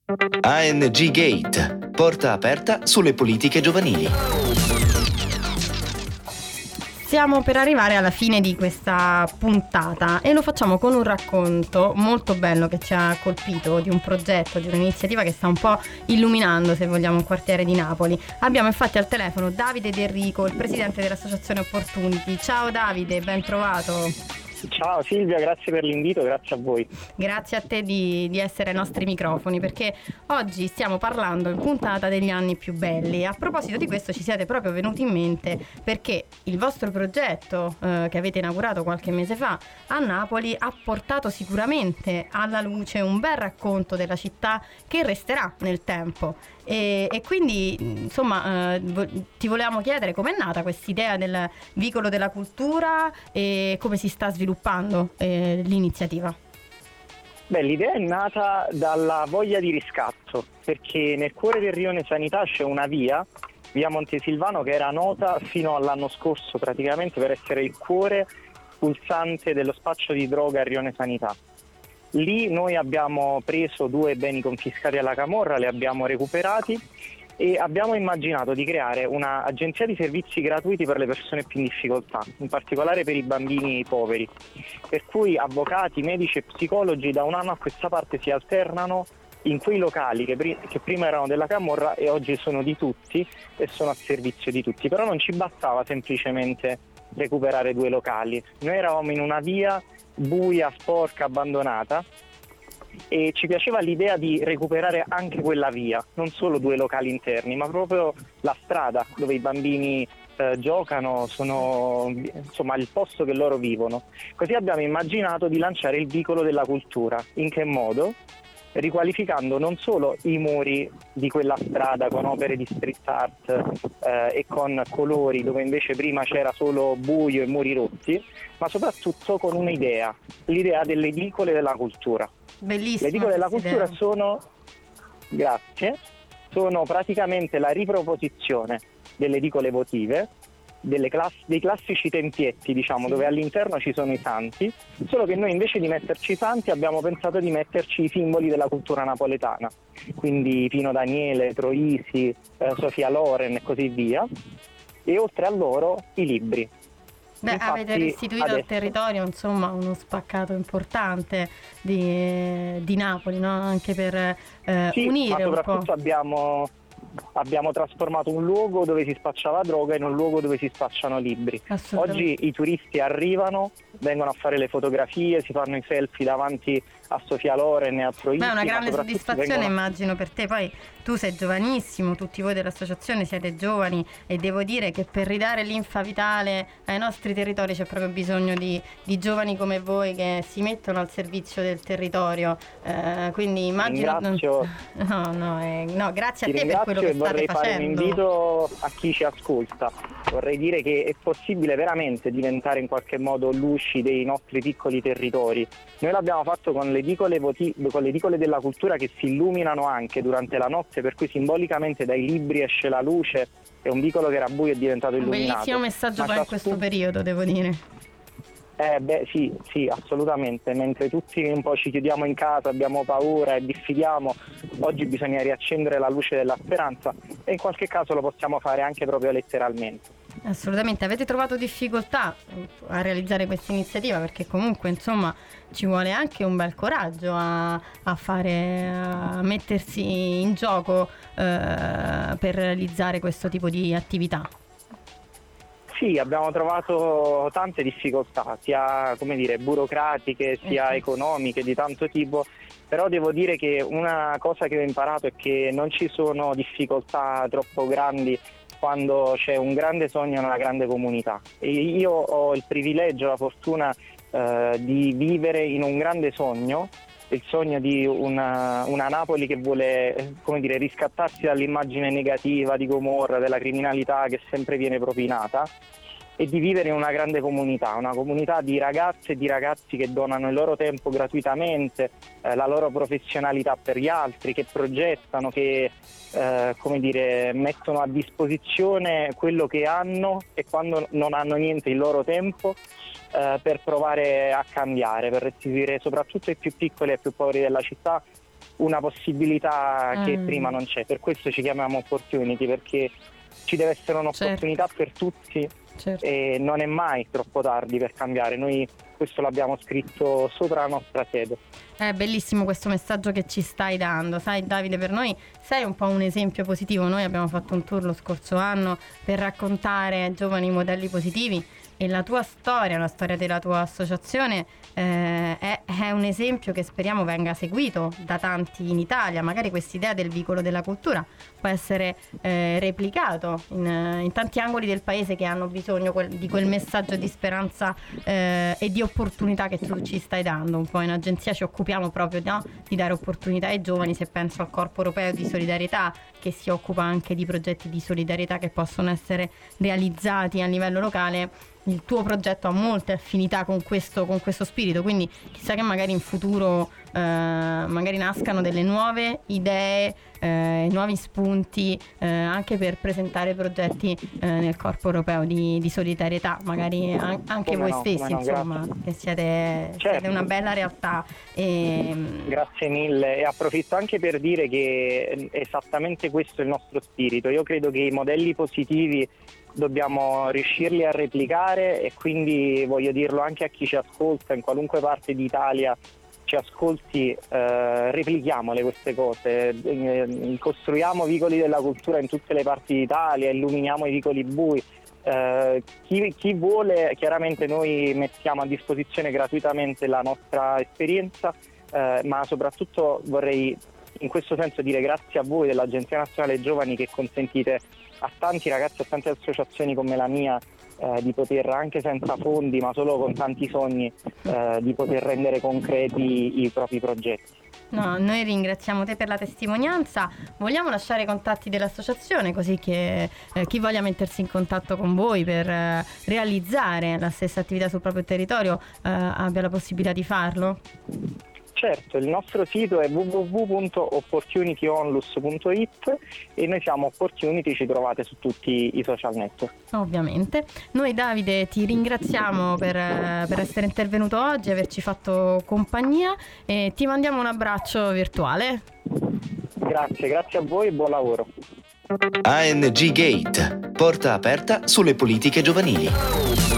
ANG Gate, porta aperta sulle politiche giovanili. Stiamo per arrivare alla fine di questa puntata e lo facciamo con un racconto molto bello che ci ha colpito, di un progetto, di un'iniziativa che sta un po' illuminando, se vogliamo, un quartiere di Napoli. Abbiamo infatti al telefono Davide De Rico, il presidente dell'associazione Opportunity. Ciao Davide, ben trovato. Ciao Silvia, grazie per l'invito, grazie a voi. Grazie a te di essere ai nostri microfoni, perché oggi stiamo parlando in puntata degli anni più belli. A proposito di questo ci siete proprio venuti in mente perché il vostro progetto che avete inaugurato qualche mese fa a Napoli ha portato sicuramente alla luce un bel racconto della città che resterà nel tempo. E quindi insomma ti volevamo chiedere com'è nata quest'idea del vicolo della cultura e come si sta sviluppando l'iniziativa. Beh, l'idea è nata dalla voglia di riscatto, perché nel cuore del Rione Sanità c'è una via Montesilvano, che era nota fino all'anno scorso praticamente per essere il cuore pulsante dello spaccio di droga a Rione Sanità. Lì noi abbiamo preso 2 beni confiscati alla camorra, li abbiamo recuperati e abbiamo immaginato di creare un'agenzia di servizi gratuiti per le persone più in difficoltà, in particolare per i bambini poveri, per cui avvocati, medici e psicologi da un anno a questa parte si alternano in quei locali che prima erano della camorra e oggi sono di tutti e sono a servizio di tutti. Però non ci bastava semplicemente recuperare 2 locali, noi eravamo in una via buia, sporca, abbandonata e ci piaceva l'idea di recuperare anche quella via, non solo 2 locali interni, ma proprio la strada dove i bambini giocano, sono insomma il posto che loro vivono. Così abbiamo immaginato di lanciare il vicolo della cultura. In che modo? Riqualificando non solo i muri di quella strada con opere di street art e con colori dove invece prima c'era solo buio e muri rotti, ma soprattutto con un'idea, l'idea delle edicole della cultura. Bellissima. Le edicole della cultura sono praticamente la riproposizione delle edicole votive, dei classici tempietti, diciamo, sì, dove all'interno ci sono i santi, solo che noi invece di metterci i santi abbiamo pensato di metterci i simboli della cultura napoletana, quindi Pino Daniele, Troisi, Sofia Loren e così via, e oltre a loro i libri. Beh, infatti, avete restituito al territorio insomma uno spaccato importante di Napoli, no? Anche per unire ma un po'. soprattutto abbiamo trasformato un luogo dove si spacciava droga in un luogo dove si spacciano libri. Oggi i turisti arrivano, vengono a fare le fotografie, si fanno i selfie davanti a Sofia Loren e a Troisi. Beh, è una grande soddisfazione immagino per te. Poi tu sei giovanissimo, tutti voi dell'associazione siete giovani e devo dire che per ridare linfa vitale ai nostri territori c'è proprio bisogno di giovani come voi che si mettono al servizio del territorio, quindi immagino. Ringrazio. No, grazie a te per quello che state facendo. Vorrei fare un invito a chi ci ascolta. Vorrei dire che è possibile veramente diventare in qualche modo luci dei nostri piccoli territori. Noi l'abbiamo fatto con le edicole della cultura che si illuminano anche durante la notte, per cui simbolicamente dai libri esce la luce e un vicolo che era buio è diventato illuminato. Un bellissimo messaggio poi in questo periodo, devo dire. Sì, assolutamente. Mentre tutti un po' ci chiudiamo in casa, abbiamo paura e diffidiamo, oggi bisogna riaccendere la luce della speranza e in qualche caso lo possiamo fare anche proprio letteralmente. Assolutamente. Avete trovato difficoltà a realizzare questa iniziativa? Perché comunque insomma ci vuole anche un bel coraggio a mettersi in gioco per realizzare questo tipo di attività. Sì, abbiamo trovato tante difficoltà, sia burocratiche, sia economiche, di tanto tipo, però devo dire che una cosa che ho imparato è che non ci sono difficoltà troppo grandi quando c'è un grande sogno nella grande comunità. E io ho il privilegio, la fortuna di vivere in un grande sogno, il sogno di una Napoli che vuole riscattarsi dall'immagine negativa di Gomorra, della criminalità che sempre viene propinata, e di vivere in una grande comunità, una comunità di ragazze e di ragazzi che donano il loro tempo gratuitamente, la loro professionalità per gli altri, che progettano, che mettono a disposizione quello che hanno e quando non hanno niente il loro tempo per provare a cambiare, per restituire soprattutto ai più piccoli e ai più poveri della città una possibilità che prima non c'è. Per questo ci chiamiamo Opportunity, perché ci deve essere un'opportunità per tutti. Certo. E non è mai troppo tardi per cambiare. Noi questo l'abbiamo scritto sopra la nostra sede. È bellissimo questo messaggio che ci stai dando. Sai Davide, per noi sei un po' un esempio positivo. Noi abbiamo fatto un tour lo scorso anno per raccontare ai giovani modelli positivi, e la tua storia, la storia della tua associazione è un esempio che speriamo venga seguito da tanti in Italia. Magari quest'idea del vicolo della cultura può essere replicato in tanti angoli del paese che hanno bisogno di quel messaggio di speranza e di opportunità che tu ci stai dando. Un po' in agenzia ci occupiamo proprio di dare opportunità ai giovani. Se penso al Corpo Europeo di Solidarietà, che si occupa anche di progetti di solidarietà che possono essere realizzati a livello locale, il tuo progetto ha molte affinità con questo spirito, quindi chissà che magari in futuro magari nascano delle nuove idee, nuovi spunti anche per presentare progetti nel Corpo Europeo di solidarietà, magari anche Come voi no, stessi, insomma, grazie. che siete una bella realtà. Grazie mille, e approfitto anche per dire che esattamente questo è il nostro spirito. Io credo che i modelli positivi dobbiamo riuscirli a replicare, e quindi voglio dirlo anche a chi ci ascolta in qualunque parte d'Italia ci ascolti, replichiamole queste cose, costruiamo vicoli della cultura in tutte le parti d'Italia, illuminiamo i vicoli bui. Chi vuole, chiaramente noi mettiamo a disposizione gratuitamente la nostra esperienza, ma soprattutto vorrei in questo senso dire grazie a voi dell'Agenzia Nazionale Giovani, che consentite a tanti ragazzi, a tante associazioni come la mia, di poter, anche senza fondi ma solo con tanti sogni, di poter rendere concreti i propri progetti. No, noi ringraziamo te per la testimonianza. Vogliamo lasciare i contatti dell'associazione, così che chi voglia mettersi in contatto con voi per realizzare la stessa attività sul proprio territorio abbia la possibilità di farlo? Certo, il nostro sito è www.opportunityonlus.it e noi siamo Opportunity, ci trovate su tutti i social network. Ovviamente. Noi Davide ti ringraziamo per essere intervenuto oggi, averci fatto compagnia, e ti mandiamo un abbraccio virtuale. Grazie a voi e buon lavoro. ANG Gate, porta aperta sulle politiche giovanili.